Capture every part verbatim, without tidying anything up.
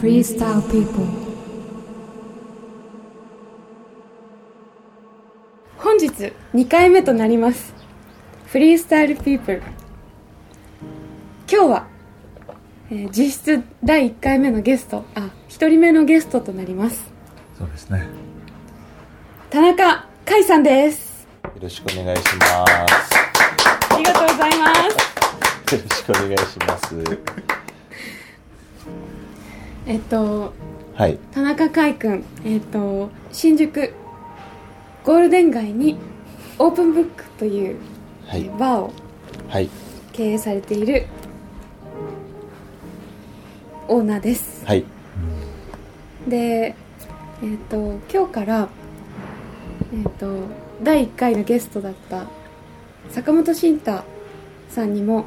Freestyle People。 本日にかいめとなりますフリースタイルピープル。今日は、えー、実質だいいっかいめのゲスト、あ、ひとりめのゲストとなります。 そうですね、 田中海さんです。 よろしくお願いします。 ありがとうございます。 よろしくお願いします。 えっと、 はい、 田中海くん、えっと、新宿ゴールデン街にオープンブックという、はい、バーを経営されているオーナーです。 はい。 で、えっと、今日から、えっと、だいいっかいのゲストだった坂本慎太さんにも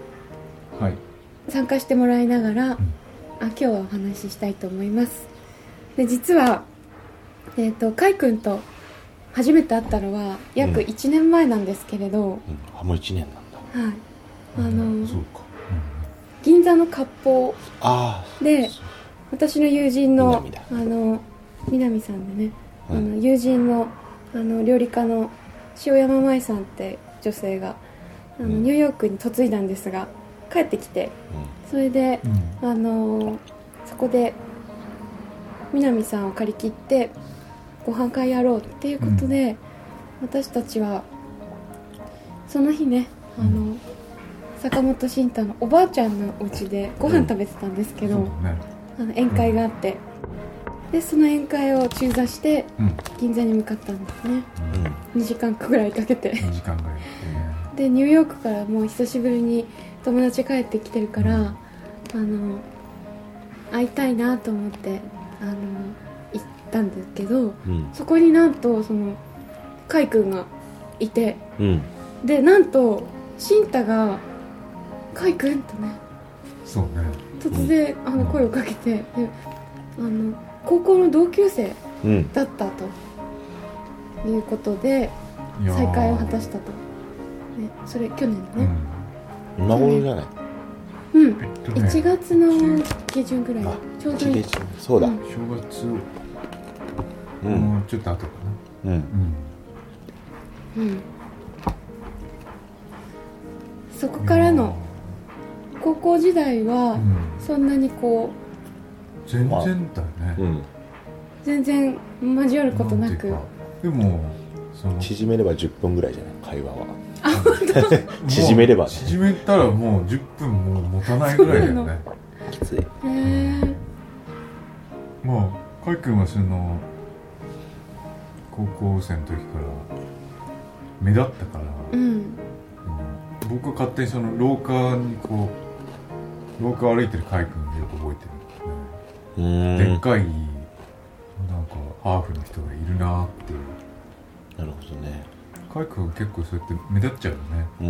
参加してもらいながら、はい、あ今日はお話ししたいと思います。で実は、えーと、海君と初めて会ったのは約いちねんまえなんですけれど、うんうん、あもういちねんなんだ。 はい、あの、 うん、そうか、うん、 銀座の割烹あで私の友人のあの南さんでね、うん、あの友人のあの料理家の塩山舞さんって女性があの、うん、ニューヨークに嫁いだんですが帰ってきて、うん、それで、うん、あのそこで南さんを借り切ってご飯会やろうっていうことで、うん、私たちはその日ね、あの、うん、坂本慎太のおばあちゃんのお家でご飯食べてたんですけど、うんね、あの宴会があって、うん、でその宴会を中座して銀座に向かったんですね、うん、にじかんぐらいかけてにじかんぐらい、ね、 でニューヨークからもう久しぶりに友達帰ってきてるから、うん、あの会いたいなと思ってあの行ったんですけど、うん、そこになんとその海君がいて、うん、でなんと慎太が海君とね、 そうね、 突然、うん、あの声をかけて、であの高校の同級生だったということで、うん、再会を果たしたと、ね、それ去年ね、うん、 今頃じゃない？ うん、えっとね、いちがつの下旬ぐらい、ちょうどいい。 そうだ、うん、 正月、うん、もうちょっと後かな。うん、 うんうん、そこからの高校時代はそんなにこう全然だよね、うん、 全然交わることなく、 でもその縮めればじゅっぷんぐらいじゃない会話は。 あ、本当縮めれば、ね、 縮めたらもうじゅっぷんも持たないぐらいだよね。 きつい。へえ。 まあ海君はその高校生の時から目立ったから、うんうん、僕は勝手にその廊下にこう廊下を歩いてる海君をよく覚えてるんですね。でっかいなんかハーフの人がいるなっていう。 なるほどね。 海君は結構そうやって目立っちゃうよね、うん、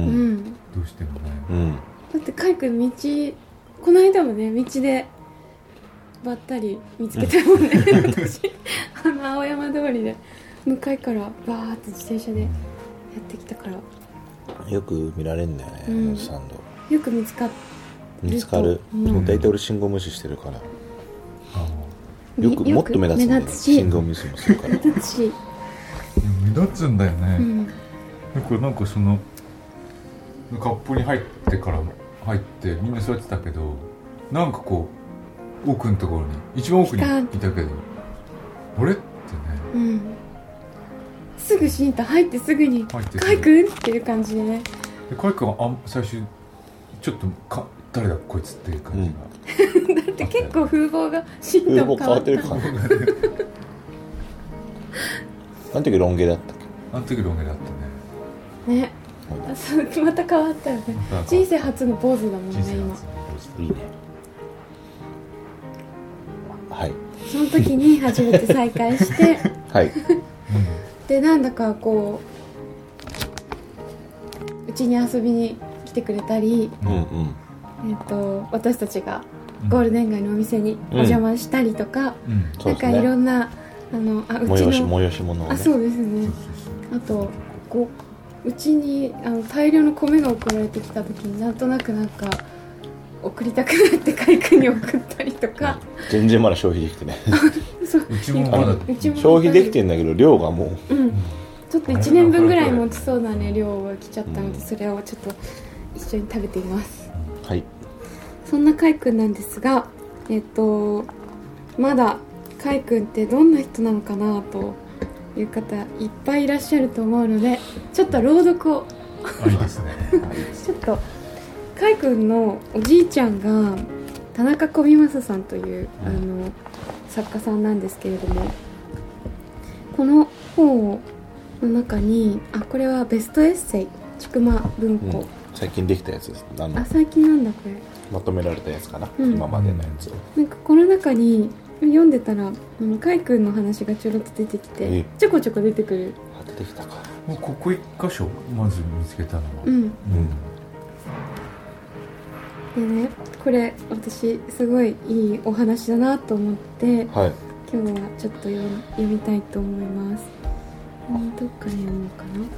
どうしてもね、うん、 だって海君道この間もね道でばったり見つけたもんね、うん、私あの青山通りで向かいからバーって自転車でやってきたからよく見られるんだよね、うん、サンドよく見つかる見つかる、うん、大体俺信号無視してるから、うん、よくもっと目立つんだよ、ね、信号無視もするから目立つし目立つんだよね、うん、なんかなんかそのカップに入ってから入ってみんな座ってたけどなんかこう奥のところに一番奥にいたけどあれってね、うん、 すぐシーンと入ってすぐにカイ君っていう感じでね。 でカイ君はあ最初ちょっとか誰だこいつっていう感じが、うん、だって結構風貌がシーンと変わってるからあの時ロン毛だったっけ？ あの時ロン毛だったね。 ね、あそうまた変わったよね。人生初のポーズだもんね今。 いいね。はい。 その時に初めて再会して、 はい。 でなんだかこううちに遊びに来てくれたり、うんうん、えっと私たちがゴールデン街のお店にお邪魔したりとか、うん、なんかいろんなあのあうちの催し物をね。 あそうですね。あとこううちにあの大量の米が送られてきた時になんとなくなんか送りたくなってカイ君に送ったりとか全然まだ消費できてねそううちもまだ消費できてんだけど量がもう、 うん、ちょっといちねんぶんぐらい持ちそうな、ね、量が来ちゃったので、それをちょっと一緒に食べています。 はい。 そんなカイ君なんですが、えっとまだカイ君ってどんな人なのかなという方いっぱいいらっしゃると思うので、ちょっと朗読をありますねちょっとカイ君のおじいちゃんが田中小見正さんという、うん、あの作家さんなんですけれども、この本の中に、あ、これはベストエッセイ千曲文庫、うん、 最近できたやつです。 あ、最近なんだこれまとめられたやつかな、うん、今までのやつを。 なんかこの中に読んでたらカイ君の話がちょろっと出てきて、ちょこちょこ出てくる。 あ、出てきたか。 もうここ一箇所まず見つけたのは、 うん、うん、でね、これ私すごいいいお話だなと思って、 はい、 今日はちょっと読みたいと思います。うん、どっから読もうかな。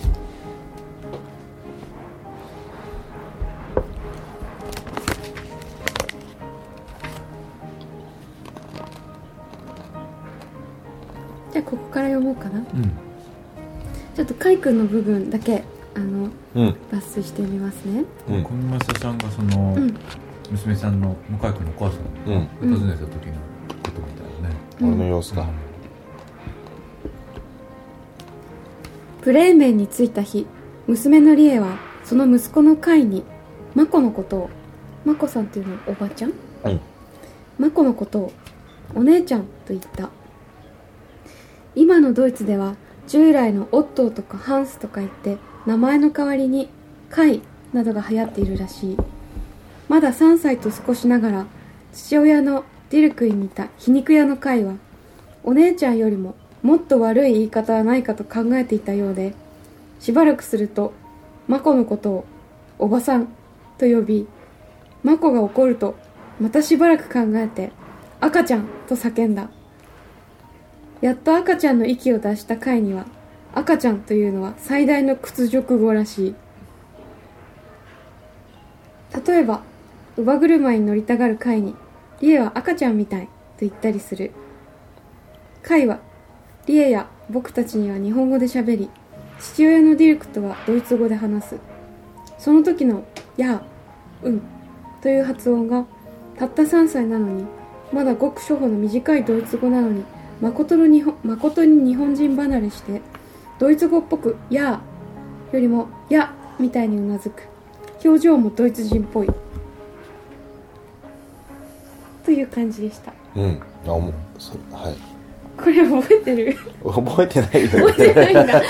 じゃあここから読もうかな、うん、ちょっとカイ君の部分だけあの、うん、抜粋してみますね。 小見正さんがその、うん、娘さんのカイ君のお母さんを訪ねた時のことみたいなね、 うん、俺の様子が、うん、 ブレーメンに着いた日、娘のリエはその息子のカイにマコのことを、マコさんっていうのはおばちゃん、うん、マコのことをお姉ちゃんと言った。今のドイツでは従来のオットーとかハンスとか言って名前の代わりにカイなどが流行っているらしい。まださんさいと少しながら父親のディルクに似た皮肉屋のカイはお姉ちゃんよりももっと悪い言い方はないかと考えていたようで、しばらくするとマコのことをおばさんと呼び、マコが怒るとまたしばらく考えて赤ちゃんと叫んだ。やっと赤ちゃんの息を出したカイには、赤ちゃんというのは最大の屈辱語らしい。例えば乳母車に乗りたがるカイに、リエは赤ちゃんみたいと言ったりする。カイはリエや僕たちには日本語で喋り、父親のディルクとはドイツ語で話す。その時のやあ、うんという発音がたったさんさいなのに、まだごく初歩の短いドイツ語なのに誠の日本、誠に日本人離れしてドイツ語っぽくやあよりもやみたいにうなずく。表情もドイツ人っぽいという感じでした。 うん、あ、もそはい。 これ覚えてる？ 覚えてないよ。 覚えてないんだ。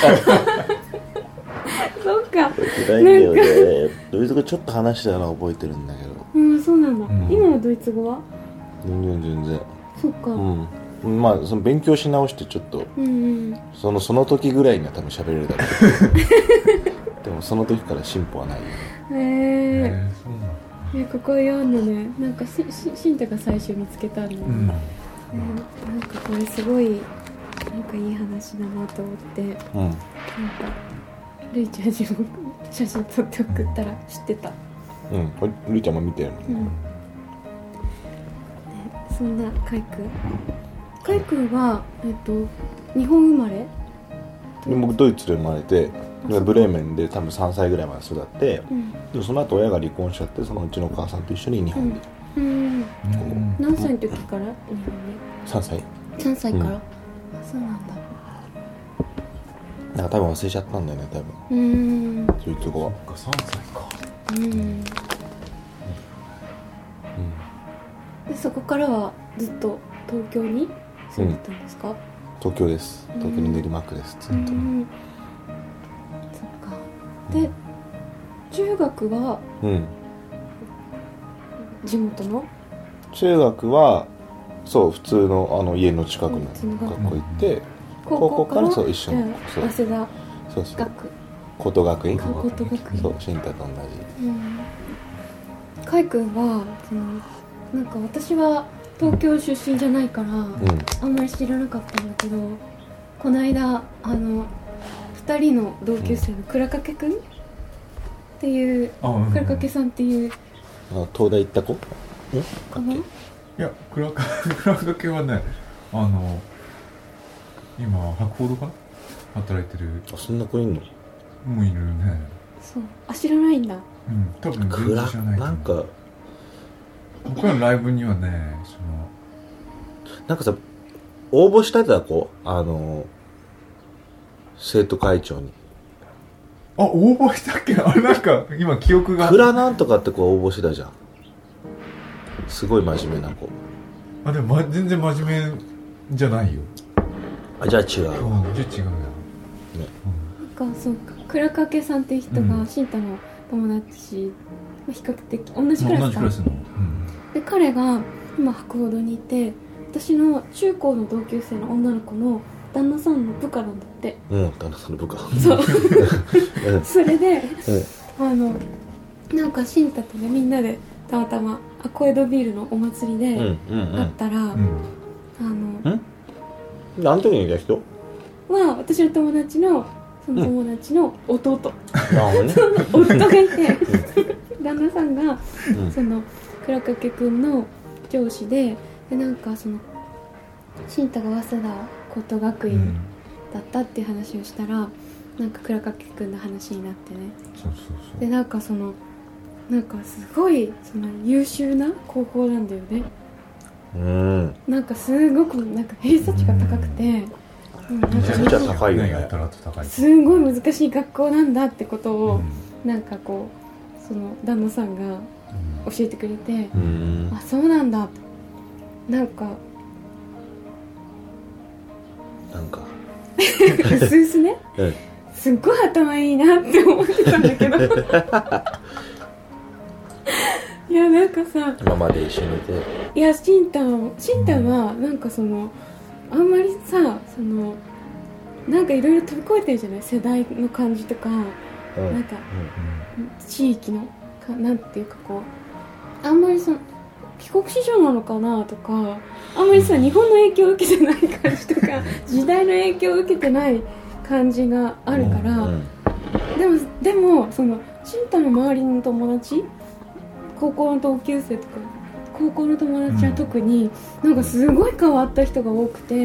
そっか。 覚えてないんだよね。ドイツ語ちょっと話したのは覚えてるんだけど。 うん、そうなんだ。うん、今のドイツ語は？ 全然全然。 そっか。うん。 まあその勉強し直してちょっと、うんうん、そのその時ぐらいには多分喋れるだろう。でもその時から進歩はないよね。 へえー。そうなんだ。ね、ここ読んでね、なんかししシンタが最初見つけたんだよね。うんうん、なんかこれすごいなんかいい話だなと思って、うん、なんかルイちゃんにも写真撮って送ったら知ってた。 うん、ルイちゃんも見てるもんね。うんね、 そんなカイ君カイ君は、えっと、日本生まれ？ で僕ドイツで生まれて、ブレーメンで多分さんさいぐらいまで育って、うん、でその後親が離婚しちゃって、そのうちのお母さんと一緒に日本で、うんうんうん、何歳の時から日本に？ さんさい。 さんさいから、うん、あ、そうなんだ。 なんか多分忘れちゃったんだよね、多分。うーん、ドイツ語は。 そっか、さんさいか。うん、うん、 でそこからはずっと東京に住んでたんですか？うん、 東京です。東京の練馬区です、ずっと。うん、 そっか。で、中学は、うん、地元の？ 中学はそう普通のあの家の近くの学校行って、うん、高校からそう一緒に早稲田そうそう学高等学院高等学院そう新太と同じ。うん、 カイ君はそのなんか私は東京出身じゃないから、うん、あんまり知らなかったんだけど、この間あのふたりの同級生の倉掛君っていう、うん、倉掛さんっていうあ東大行った子？んかな？ いや倉掛はね、あの今博報堂かな働いてる。 あそんな子いんの？ もういるね。 そう、あ知らないんだ。 うん多分全然知らない。 なんか僕らのライブにはね、そのなんかさ応募したやつ子あの生徒会長に。 あ応募したっけ？あれなんか今記憶が。 倉なんとかって子応募してたじゃん。すごい真面目な子。 あでも、ま、全然真面目じゃないよ。 あじゃあ違う。 うん、じゃあ違うよ。ね。 うん、なんかそうか倉掛さんっていう人が慎太の友達、比較的同じクラスか。 同じクラスの。うん、 で彼が今博報堂にいて、私の中高の同級生の女の子の旦那さんの部下なんだって。 うん旦那さんの部下。 そうそれで、 うん、 あのなんか慎太とねみんなでたまたまアコエドビールのお祭りで会ったら、うんうんうん、あのんあの時にいた人は私の友達のその友達の弟、 うん、 その夫がいて旦那さんが、うん、その倉掛くんの上司で、でなんかその慎太が早稲田高等学院だったっていう話をしたら、うん、なんか倉掛くんの話になってね。 そうそうそう。でなんかそのなんかすごいその優秀な高校なんだよね。 うん。 なんかすごくなんか偏差値が高くて、 うん、めちゃめちゃ高いよね。 すごい難しい学校なんだってことを、うん、なんかこうその旦那さんが教えてくれて、うん、あそうなんだと。なんかなんかうすうすね、うん、すっごい頭いいなって思ってたんだけどいやなんかさ今まで一緒にいて、 いやしんたんしんたんはなんかそのあんまりさそのなんかいろいろ飛び越えてるじゃない、世代の感じとか、うん、なんか、うん、地域のかなんていうかこうあんまりその帰国子女なのかなとか、あんまりさ日本の影響を受けてない感じとか時代の影響を受けてない感じがあるから、うん、でもでもそのしんたの周りの友達、高校の同級生とか高校の友達は特に、うん、なんかすごい変わった人が多くて、うん、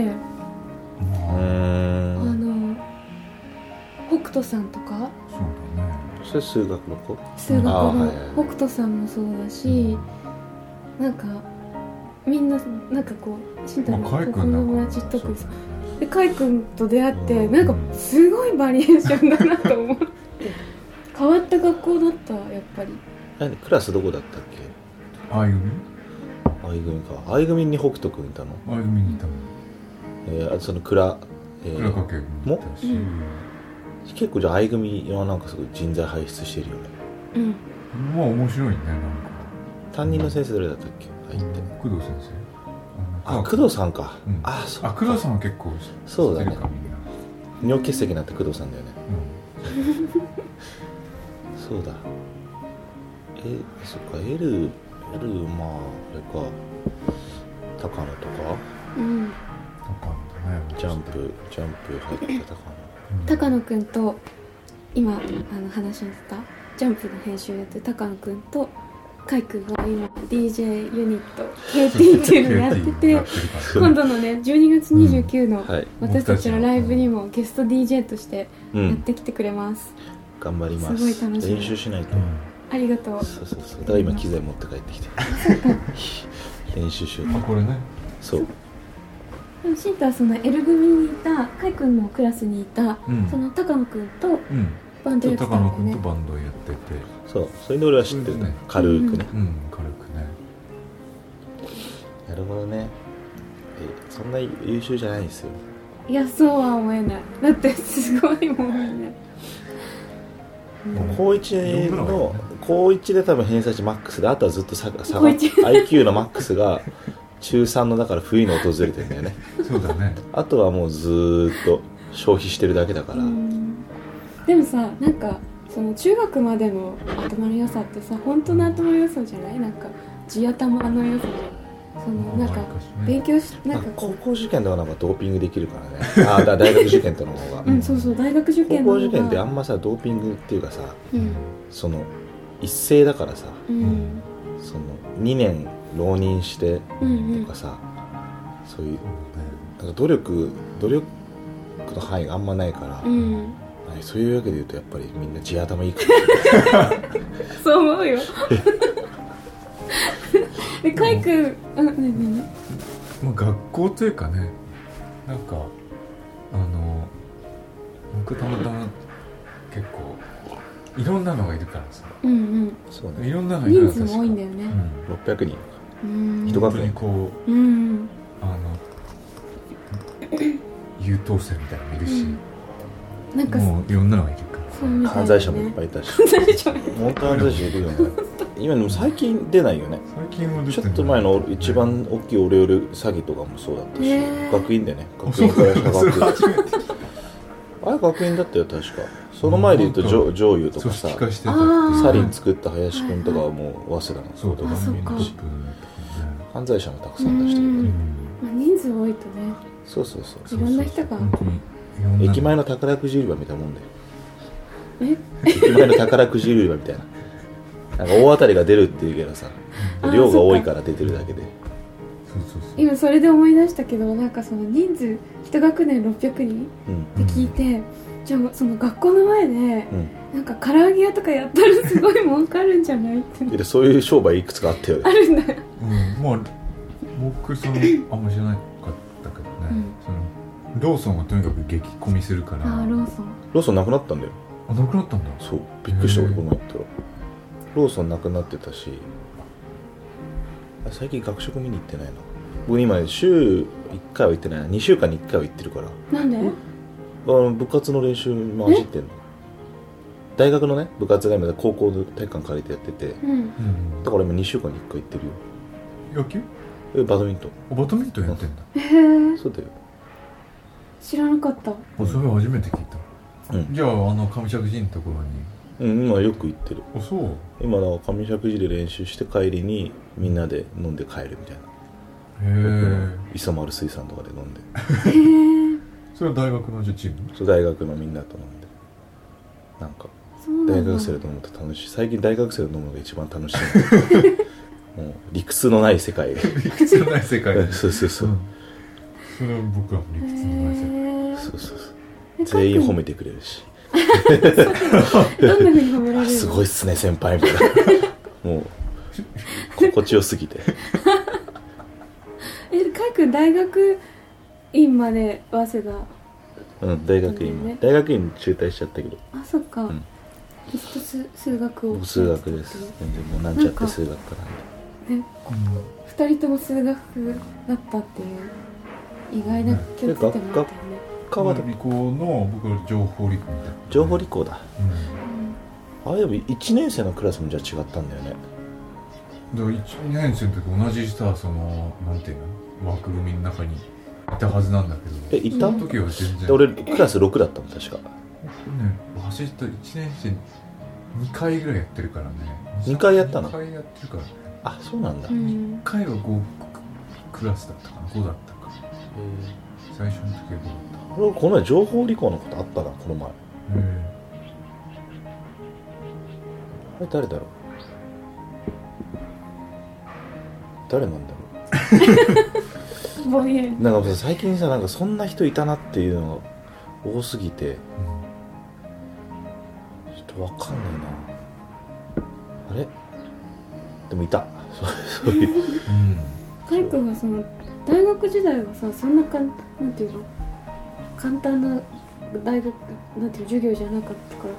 あの北斗さんとか、 そうだね、 それ数学の子、 数学の北斗さんもそうだし、うん、なんかみんななんかこうしんたの高校の友達特にさ、でカイ君と出会って、うん、なんかすごいバリエーションだなと思って変わった学校だったやっぱり。 クラスどこだったっけ？ 愛組？ 愛組か。愛組に北斗くんいたの？ 愛組にいたの。 えー、あとその倉、 えー、倉掛君もいたし、うん、 結構じゃあ愛組はなんかすごい人材輩出してるよね。 うん。 まあ面白いね、なんか。 担任の先生誰だったっけ？入って。 工藤先生。あ、工藤さんか。 うん、 あ、そうか。 あ、工藤さんは結構そうだね。尿結石になった工藤さんだよね。うん、そうだ。え、そっか、L、L、まあ、あれか、高野とか、 うん、 高野だね、 ジャンプ、ジャンプ入った高野。 高野くんと、今、あの話にしたジャンプの編集やってる高野くんと、カイくんが今、ディージェー ユニット、ケーティー っていうのをやってて、今度のね、じゅうにがつにじゅうくにちの、うんはい、私たちのライブにもゲスト ディージェー としてやってきてくれます。 うん、頑張ります。 すごい楽しみ。 練習しないと。うん、 ありがとう。 そうそうそう。だから今機材持って帰ってきて練習しよう。 あ、これね。 そう。 でもシンタはその L 組にいたカイ君のクラスにいた、うん、その高野君とバンドやってたんだよね。高野君とバンドやってて。 そう。それで俺は知ってるね。うん、軽くね。 うん、うん、軽くね。 なるほどね。え、そんな優秀じゃないですよ。 いや、そうは思えない。だってすごいもんね。 高いちの高いちで多分偏差値マックスで、あとはずっと下が アイキュー のマックスが中さんのだから冬に訪れてるんだよね。 そうだね。 あとはもうずーっと消費してるだけだから。 でもさ、なんかその中学までの頭の良さってさ、本当の頭の良さじゃない？なんか地頭の良さじゃん。そのなんか勉強しなんか高校受験とかなんかドーピングできるからね。ああ、大学受験との方が。 うん、そうそう、大学受験の方が。 高校受験ってあんまさドーピングっていうかさ、うん、その一斉だからさ、うん、 そのにねん浪人してとかさ、うんうん、そういうなんか努力努力の範囲があんまないから、うん、そういうわけで言うとやっぱりみんな地頭いいからそう思うよでカイ君、うん、あ、何何、 まあ、学校というかね、なんかあの僕たまたま結構いろんなのがいるからさ、うんうん、そうね、いろんなのがいる人数も多いんだよね、うん、 ろっぴゃくにん一学年こう、うん、あの優等生みたいなのもいるし、うん、なんかもういろんなのがいるから、 ね、犯罪者もいっぱいいたし本当犯罪者いるよね今でも最近出ないよね。最近は出てない。ちょっと前の一番大きいオレオレ詐欺とかもそうだったし、学院でね、学院からした学院あれ学院だったよ確か。その前で言うと上上優とかさ、サリン作った林くんとかはもう早稲田のそうだ学院のし犯罪者もたくさん出してるから、 人数多いとね、 そうそうそう、 いろんな人が駅前の宝くじ売り場みたいなもんだよ。え駅前の宝くじ売り場みたいな、なんか大当たりが出るっていうけどさ、量が多いから出てるだけで。 そうそうそう、今それで思い出したけど、なんかその人数一学年ろっぴゃくにんって聞いて、うん、じゃあその学校の前で、うん、なんか唐揚げ屋とかやったらすごい儲かるんじゃないってそういう商売いくつかあったよね。 あるんだよ、 うん、まあ僕そのあんま知らなかったけどね、うん、そのローソンがとにかく激混みするから。 あ、ローソンローソンなくなったんだよ。 あ、なくなったんだ。 そう、びっくりした俺この前行ったらローソンなくなってたし、最近学食見に行ってないな。僕今週いっかいは行ってないな、にしゅうかんにいっかいは行ってるから。 なんで？ あの部活の練習混じってんの。大学のね部活が今高校の体育館借りてやってて、うん、だから今にしゅうかんにいっかい行ってるよ。 野球？ え、バドミントン。 バドミントンやってんだ。 へえ。 そうだよ。 知らなかった。 あ、それ初めて聞いた。うん、じゃああの上石寺のところに。 うん、今よく行ってる。 あ、そう。 今だ上石寺で練習して帰りにみんなで飲んで帰るみたいな。 へえ。 磯丸水産とかで飲んで。 へえ。 それは大学のチーム？ そう、大学のみんなと飲んで。なんか大学生と飲むと楽しい。最近大学生と飲むのが一番楽しい。もう理屈のない世界。 理屈のない世界。 そうそうそう。うん、 それは僕は理屈のない世界。 そうそうそう。全員褒めてくれるし。 どんな風に褒められるの？ すごいっすね先輩みたいな。もう心地よすぎて。 え、かいくん大学院まで早稲田。 うん、大学院、ね、大学院中退しちゃったけど。 あ、そっか。うん、ずっと数数学を。 数学です。全然もうなんちゃって数学科なんで。 ね、二、うん、人とも数学だったっていう意外な共通点もあったよね。 川田理工の僕は情報理工みたいな。 情報理工だ。うん、あれでもいちねん生のクラスもじゃあ違ったんだよね。 だからいちねん生の時同じさ、そのなんていうの枠組みの中にいたはずなんだけど。 え、いた？ その時は全然。 俺クラスろくだったの確か。ね、 走ったいちねん生にかいぐらいやってるからね。 にかいやったの？ にかいやってるからね。 あ、そうなんだ。 いっかいはごクラスだったかな、ごだったか。最初の時はごだった。 俺この前情報理工のことあったな、この前。あれ誰だろう。誰なんだろう。 ぼんやり。 なんか最近さ、なんかそんな人いたなっていうのが多すぎて、うん、ちょっとわかんないな。あれでもいた。そういう。 かいくんがその大学時代はさ、そんなかんなんていうの簡単な大学なんていう授業じゃなかったから、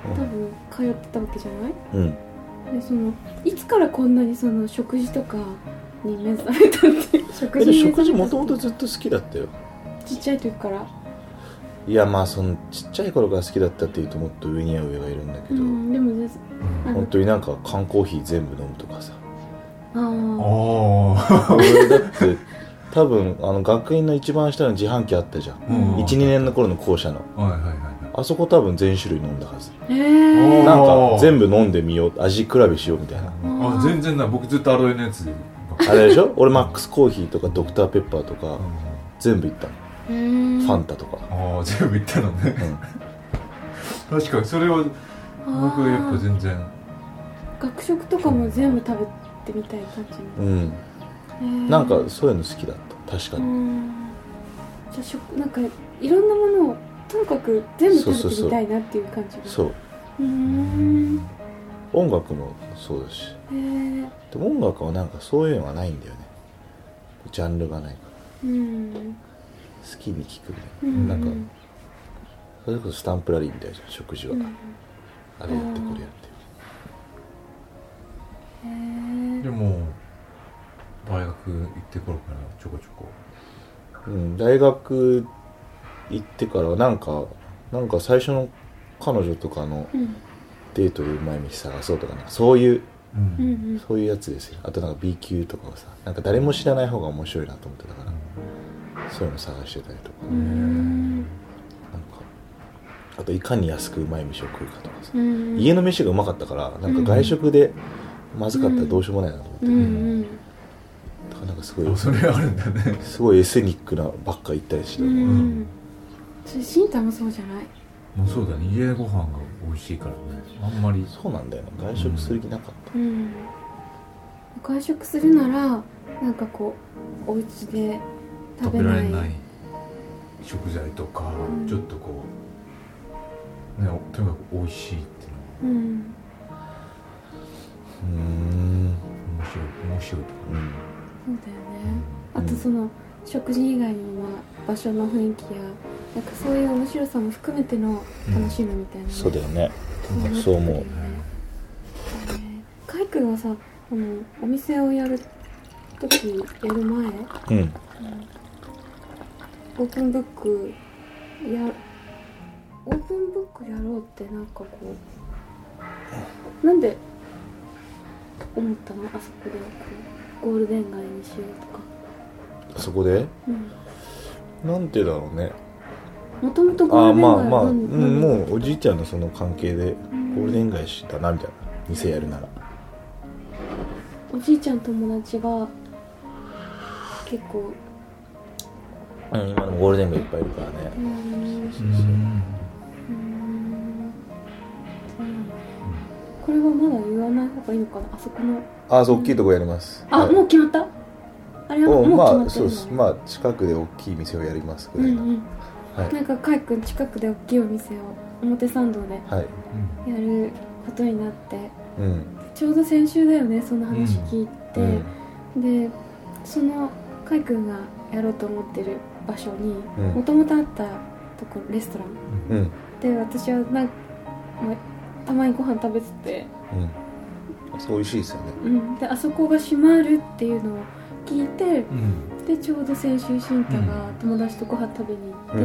多分通ってたわけじゃない？うん。でそのいつからこんなにその食事とかに目覚めたって食事食事もともとずっと好きだったよ。 ちっちゃい時から？ いや、まあそのちっちゃい頃から好きだったっていうともっと上には上がいるんだけど、うん、 でもね、 本当になんか缶コーヒー全部飲むとかさ。 ああ。俺だって多分あの学院の一番下の自販機あったじゃん、うん、いちにねんの頃の校舎の、はいはいはい、あそこ多分全種類飲んだはず。へー。なんか全部飲んでみよう、味比べしようみたいな。 あ、全然な、僕ずっとアロエのやつであれでしょ。俺マックスコーヒーとかドクターペッパーとか、うん、全部いったの。ファンタとか。 ああ、全部いったのね、うん、確かにそれは僕はやっぱ全然学食とかも全部食べってみたい感じの、うん、えー、なんかそういうの好きだった確かに。うんじゃあしょなんかいろんなものをとにかく全部食べてみたいなっていう感じ。 そううーん音楽もそうだし、えー、でも音楽はなんかそういうのがないんだよねジャンルがないから、うん、好きに聴くみたいな、うん、なんかそれこそスタンプラリーみたいじゃん食事は、うん、あれやってこれやってえー、でも大学行って頃からちょこちょこうん大学行ってからなんかなんか最初の彼女とかのデートでうまい飯探そうとかなんかそういう、うん、そういうやつですよ。あとなんか B 級とかはさなんか誰も知らない方が面白いなと思ってたから、うん、そういうの探してたりとか、うん、なんかあといかに安くうまい飯を食うかとかさ、うん、家の飯がうまかったからなんか外食でまずかったらどうしようもないなと思って、うんうんだからなんかすごいそれあるんだねすごいエスニックなばっか行ったりして、うんうんそれシンタもそうじゃない？ もうそうだね家ご飯が美味しいからねあんまりそうなんだよね外食する気なかった、うんうん、 外食するならなんかこうお家で食べない、食べられない食材とか、うん、ちょっとこうねとにかく美味しいっていうのはうんうん面白い面白いとかね、うん、 そうだよね、うん、あとその食事以外にも、まあ、場所の雰囲気やなんかそういう面白さも含めての楽しみみたいな、ねうん、そうだよねそう思う、ねえー、カイ君はさあのお店をやる時やる前、うん、オープンブックやオープンブックやろうってなんかこうなんで思ったのあそこでこうゴールデン街にしようとかあそこで、うん、なんてだろうねもともとゴールデン街はあまあまあ、うん、もうおじいちゃんのその関係でゴールデン街だなみたいな店やるならおじいちゃん友達が結構うん今でもゴールデン街いっぱいいるからねうんうんこれはまだ言わない方がいいのかなあそこのあそう大きいとこやりますあ、はい、もう決まったあれはもう決まってるの、まあ、そうですまあ近くで大きい店をやりますぐらいな、うんうんはい、なんかカイ君近くで大きいお店を表参道でやることになって、はいうん、ちょうど先週だよねその話聞いて、うん、でそのカイ君がやろうと思ってる場所にもともとあったところレストラン、うん、で私はなんか、まあ、たまにご飯食べてて、 うん、そう美味しいですよね、 うん、であそこが閉まるっていうのを聞いて、うん、でちょうど先週シンタが友達とご飯食べに行って、うん、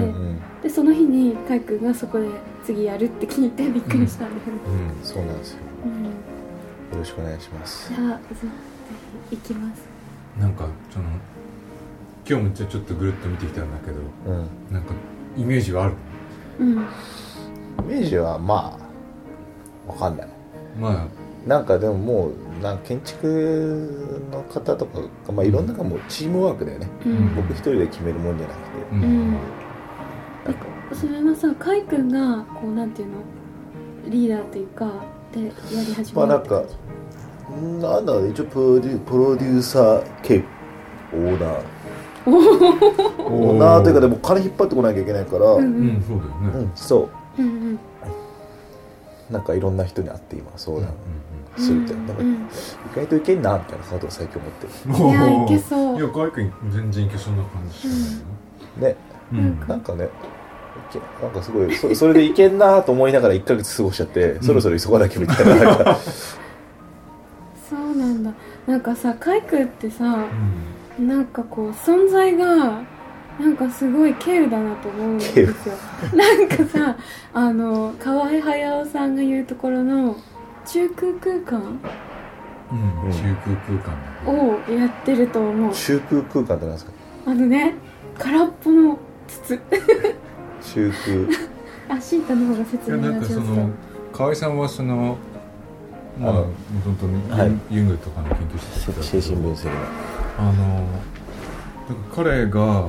でその日にカイ君がそこで次やるって聞いてびっくりしたんだよね、 うんうん、そうなんですよ、うん、よろしくお願いしますじゃあぜひ行きますなんかその今日もちょっとぐるっと見てきたんだけど、うん、なんかイメージはある、 うん、イメージはまあわかんないまあなんかでももうなんか建築の方とか、まあ、いろんなのがもうチームワークだよね、うん、僕一人で決めるもんじゃなくて、うん、なんかそれはさカイ君がこうなんていうのリーダーというかでやり始めたまあなんかなんだろう一応プロデュ、プロデューサー兼オーナーオーナーというかでも金引っ張ってこなきゃいけないから、 うんうん、そうだよね、 うん、そう、うんうん、なんかいろんな人に会って今相談するって、うんうん、なんか意外といけんなみたいなことを最近思ってる。 いやいけそう。 いやカイ君全然いけそうな感じしますよ、 うん、ね、うん、なんかねなんかすごい そ, それでいけんなと思いながらいっかげつ過ごしちゃって、うん、そろそろ急がなきゃみたいな、なんかそうなんだ。なんかさカイ君ってさ、うん、なんかこう存在がなんかすごい稀有だなと思うんですよ。なんかさあの河合隼さんが言うところの中空空間、 うん、中空空間をやってると思う。 中空空間って何ですか？ あのね空っぽの筒中空あシータの方が説明が上手だ。 河合さんはそのまあ本当に、はい、ユングとかの研究してた精神分析のあの彼が、うん、あの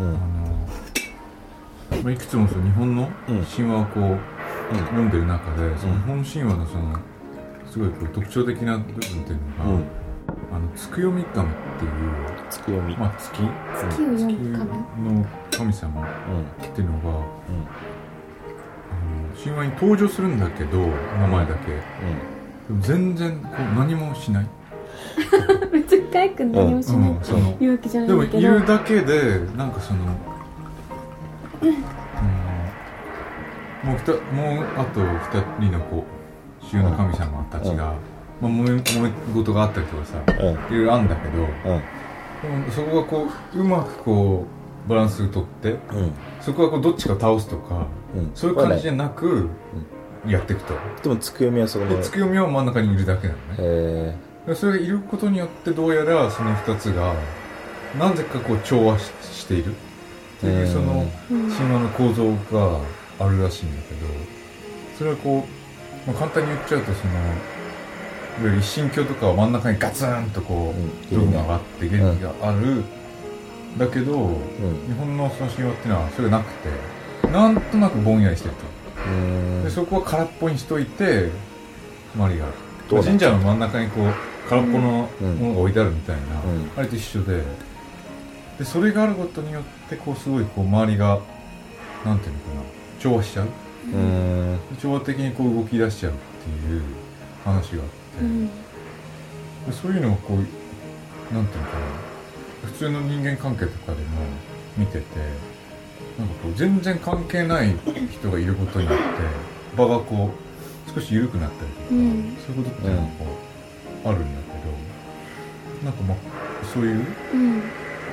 まあ、いくつもその日本の神話をこう、うん、読んでる中で、その日本神話のそのすごいこう特徴的な部分っていうのが、うん、 つくよみ神っていうつくよみ、 まあ、月月を読む神の神様っていうのが、うんうん、あの神話に登場するんだけど名前だけ、うん、全然こう何もしない別にカイ君何もしないって言うわけじゃないんだけど、 でも言うだけでなんかその、うん、もう, たもうあとふたりのこう主要の神様たちが、うんまあ、揉め揉め事があったりとかさ、うん、いろいろあるんだけど、うん、でもそこがこううまくこうバランスをとって、うん、そこはこうどっちか倒すとか、うん、そういう感じじゃなくやっていくと、 でもつくよみはそこでつくよみは真ん中にいるだけなのね。へー、それがいることによってどうやらそのふたつがなぜかこう調和 し, しているっていうその神話の構造があるらしいんだけど、それはこう、まあ、簡単に言っちゃうとそのいわゆる一神教とかは真ん中にガツンとこうドグマがあって原理がある、うん、だけど、うん、日本のその神話っていうのはそれがなくてなんとなくぼんやりしてると、うん、でそこは空っぽにしといて周りがある、まあ、神社の真ん中にこう空っぽのものが置いてあるみたいな、うん、あれと一緒で、でそれがあることによってこうすごいこう周りがなんていうのかな調和しちゃう、うん、調和的にこう動き出しちゃうっていう話があって、うん、でそういうのをこうなんていうのかな普通の人間関係とかでも見ててなんかこう全然関係ない人がいることによって場がこう少し緩くなったりとか、うん、そういうことっていうのがこう、うん、あるんだけどなんかまあそういう、うん、あの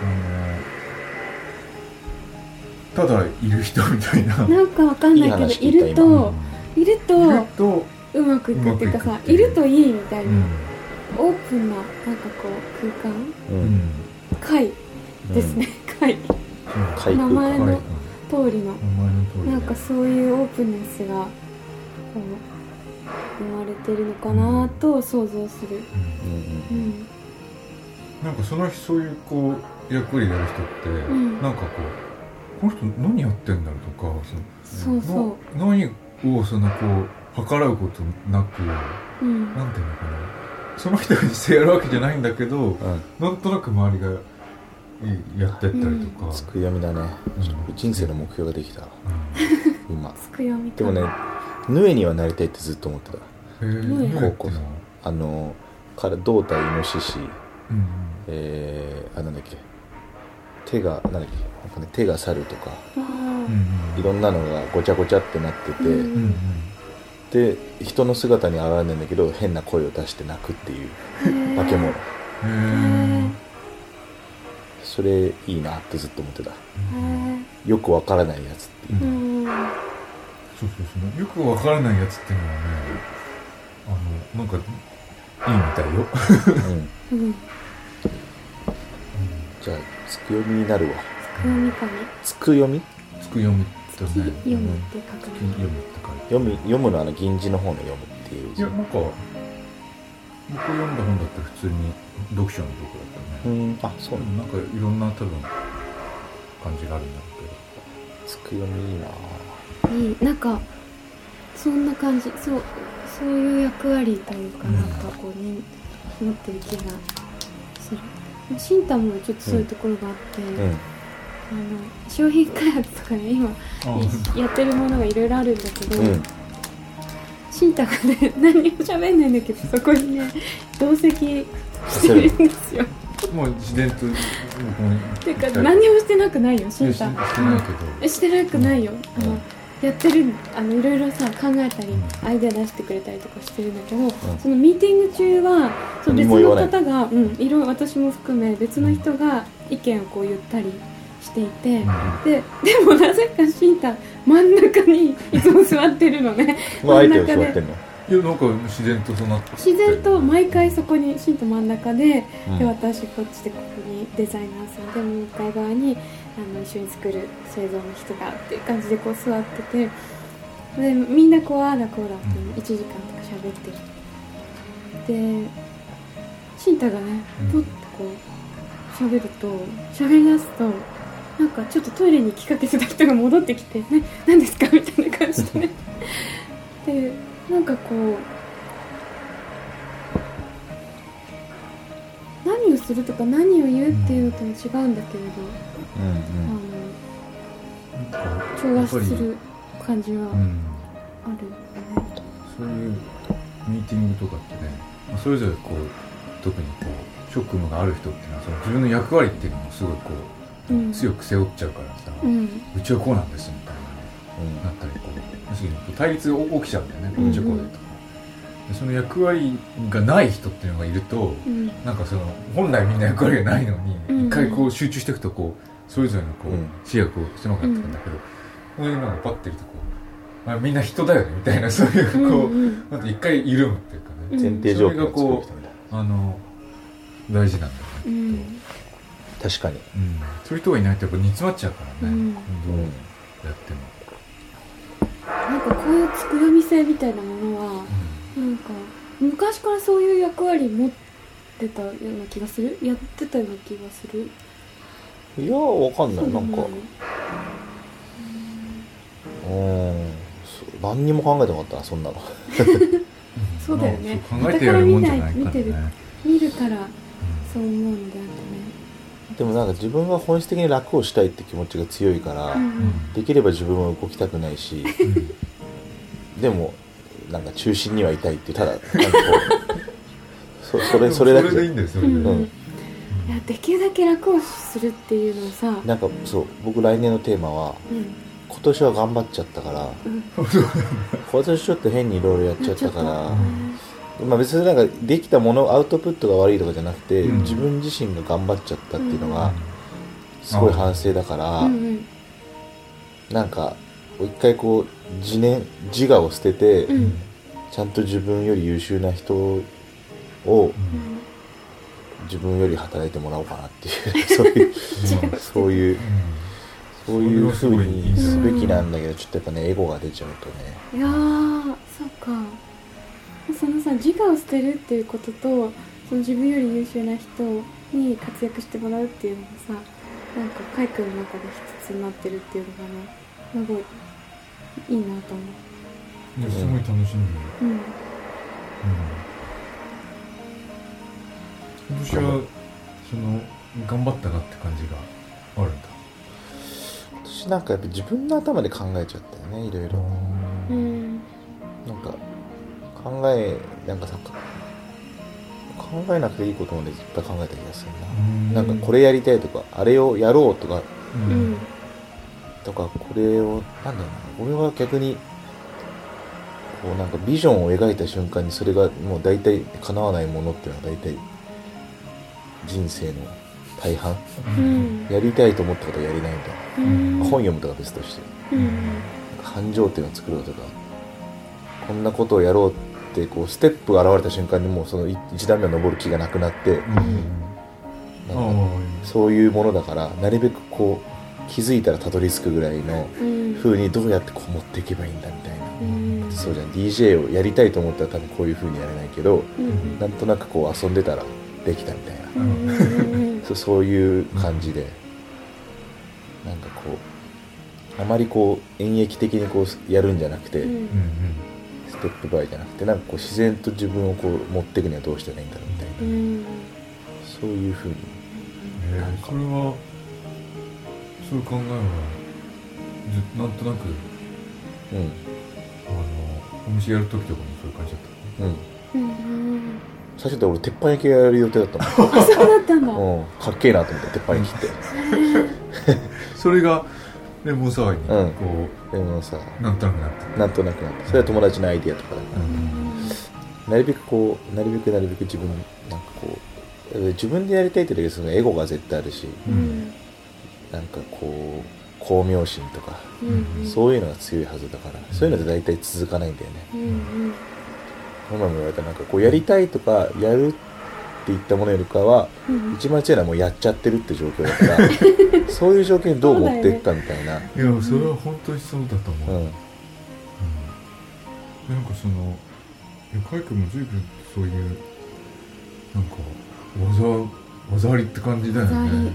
ただいる人みたいななんかわかんないけどいるといるとうまくいくっていうかさいるといいみたいな、うん、オープンななんかこう空間、うん、会ですね、うん、会名前の通りのなんかそういうオープンネスがこう生まれてるのかなと想像する、うんうんうん、 なんかその日そういうこう役割やる人って、うん、なんかこうこの人何やってんだろうとかそうそう何をそのこう計らうことなく、うん、なんていうのかなその人にしてやるわけじゃないんだけど、うん、なんとなく周りがやってったりとか、 つくよみだね、うん、人生の目標ができた、うん、今つくよみでもねヌエにはなりたいってずっと思ってた。高校のあのから胴体イノシシ、うん、えー、あなんだっけ手がなんだっけなんか、ね、手が猿とか、いろんなのがごちゃごちゃってなってて、うん、で人の姿に現れないんだけど変な声を出して泣くっていう化け物。それいいなってずっと思ってた。よくわからないやつっていう、うん、 そうそうそうよくわからないやつっていうのはねあのなんかいいみたいよ、うんうん、 じゃあつくよみになるわ。 つくよみかみつくよみつくよみってね読むって書く読むって書いて読む読むのはあの銀字の方の読むっていう。 いやなんか僕読んだ本だったら普通に読書のとこだったね。うん、 あ、そうなんだ。 なんかいろんな多分感じがあるんだろうけど。 つくよみいいな。 いい、なんかそんな感じ、そうそういう役割というか、うん、なんかこうね持ってる気がする。シンタもちょっとそういうところがあって、うんうん、あの商品開発とかね今やってるものがいろいろあるんだけど。うんシンタがね何も喋んないんだけどそこにね同席してるんですよ。 もう自然とっていうか何もしてなくないよシンタ。してないけど。してなくないよ。あのやってるあのいろいろさ考えたり、うん、アイデア出してくれたりとかしてるんだけど、うん、そのミーティング中はその別の方が、うん、いろいろ私も含め別の人が意見をこう言ったりしていて、うん、ででもなぜかシンタ真ん中にいつも座ってるのね。 真ん中で。座ってんの？ いやなんか自然とそうなって自然と毎回そこにシンタ真ん中で、うん、で私こっちでここにデザイナーさんで向かい側にあの一緒に作る製造の人がっていう感じでこう座っててでみんなこうああだこうだっていちじかんとか喋ってる。でシンタがねポッとこう喋ると喋り出すとなんかちょっとトイレに行きかけてた人が戻ってきてね何ですかみたいな感じでねでなんかこう何するとか何を言うっていうのとは違うんだけれど、 うんうん、 あの調和する感じはあるよね、 うん、そういうミーティングとかってね、それぞれこう特にこう職務がある人っていうのはその自分の役割っていうのをすごいこう、うん、強く背負っちゃうからさ、うん、うちはこうなんですみたいな、ね、うん、なったりこう対立が起きちゃうんだよね、こっちはこうでとか、でその役割がない人っていうのがいると、うん、なんかその本来みんな役割がないのに、うん、一回こう集中していくとこうそれぞれのこう、うん、視野がこう狭くなってくるんだけど、そういうのがパッているとこう、まあ、みんな人だよねみたいな、そういうこう、うんうん、なんか一回緩むっていうかね、 前提条件がこうあの大事なんだよね、うん、 確かに、うん、 そういう人がいないとやっぱ煮詰まっちゃうからね、うん、どうやってもなんかこういう佃み性みたいなものは、うん、なんか昔からそういう役割持ってたような気がする、やってたような気がする。 いやわかんない、なんかうん、何にも考えてなかったな、そんなのそうだよね、 考えてやるもんじゃないからね、 見てる、見るからそう思うんだよね。 でもなんか自分が本質的に楽をしたいって気持ちが強いから、うん、できれば自分は動きたくないし、うん、でもなんか中心にはいたいっていう、ただなんかこう そ, それそれだけそれでいいんですよね、うん、 いやできるだけ楽をするっていうのをさ、 なんかそう僕来年のテーマは、うん、今年は頑張っちゃったから、うん、今年ちょっと変にいろいろやっちゃったから、まあ、別になんかできたものアウトプットが悪いとかじゃなくて、うん、自分自身が頑張っちゃったっていうのがすごい反省だから、うん、なんか一回こう自念自我を捨てて、うん、ちゃんと自分より優秀な人を、うん、自分より働いてもらおうかなっていうそういうそういうそういう風にすべきなんだけど、ちょっとやっぱねエゴが出ちゃうとね、 いやーそうか、そのさ自我を捨てるっていうことと、その自分より優秀な人に活躍してもらうっていうのがさ、なんかカイ君の中で一つになってるっていうのがね、すごいいいなと思う。 いやすごい楽しんでる。うん。うん。今年はその頑張ったなって感じがあるんだ。 私なんかやっぱ自分の頭で考えちゃったよね、いろいろ。うん。なんか。考えなんかさ考えなくていいことまでいっぱい考えた気がするな。なんかこれやりたいとかあれをやろうとか、うん、とかこれをなんだろうな、俺は逆にこうなんかビジョンを描いた瞬間にそれがもう大体叶わないものっていうのは大体人生の大半、うん、やりたいと思ったことはやりないみたいな、うん、本読むとか別として、うん、繁盛店を作ろうとかこんなことをやろうってこうステップが現れた瞬間にもうその一段目を登る気がなくなって、うん、なんかそういうものだからなるべくこう気づいたらたどり着くぐらいの風にどうやってこう持っていけばいいんだみたいな、うん、そうじゃん ディージェー をやりたいと思ったら多分こういう風にやれないけど、うん、なんとなくこう遊んでたらできたみたいな、うん、そう、そういう感じでなんかこうあまりこう演劇的にこうやるんじゃなくて、うんステップバイじゃなくてなんかこう自然と自分をこう持っていくにはどうしたらいいんだろうみたいな、うん、そういうふうに、 えー、それはそういう考えはなんとなく、うん、あのお店やる時とかもそういう感じだったの、うんうん、最初で俺鉄板焼きやる予定だったのあそうだったんだ、 うん、かっけえなと思って鉄板焼きってそれがレモンサワーにこう、うん、レモンサワーなんとなくなってなんとなくなってそれは友達のアイディアとかだから、うん、なるべくこうなるべくなるべく自分なんかこう自分でやりたいってだけどそのエゴが絶対あるし、うん、なんかこう巧妙心とか、うん、そういうのが強いはずだから、うん、そういうので大体続かないんだよね、うん、ママも言われたなんかこうやりたいとかやるっていったものよりかは、うん、一番強いのはもうやっちゃってるって状況だからそういう状況にどう持っていくかみたいな、 ね、いやそれは本当にそうだと思う、うんうん、なんかそのカイ君も随分そういうなんか技技ありって感じだよね、技あり、うんうん、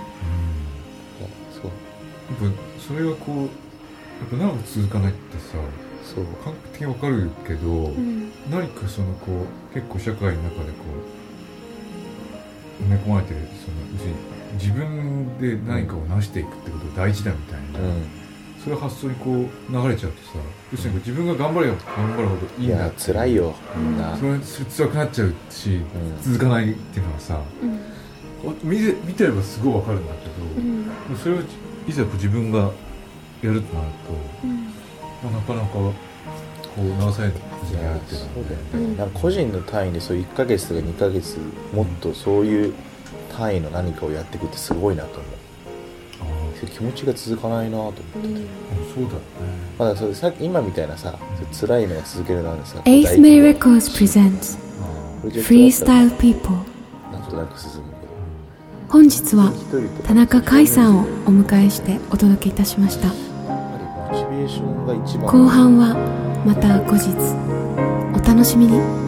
そうやっぱそれがこうやっぱ長く続かないってさそう感覚的にわかるけど、うん、何かそのこう結構社会の中でこうめ込まれてるその自分で何かを成していくってことが大事だみたいな、うん、そういう発想にこう流れちゃうとさ、要するに自分が頑張れば頑張るほどいいんだ。 いや辛いよみんな。 それ辛くなっちゃうし、うん、続かないっていうのはさ、うん、見て、見てればすごいわかるんだけど、うん、それをいざ自分がやるとなると、うんまあ、なかなかこう流されずにやるっていうのは、ね、そうだよね。 なんか個人の単位でそういっかげつとかにかげつもっとそういう単位の何かをやっていくってすごいなと思う。気持ちが続かないなと思ってて、うん、 そうだよね。 まだそれさっき今みたいなさ、うん、辛いのが続けるなんでさ、 エイスメイレコーズ presents Freestyle People。 なんとなく進むけど、 本日は田中海さんをお迎えしてお届けいたしました。後半はまた後日お楽しみに。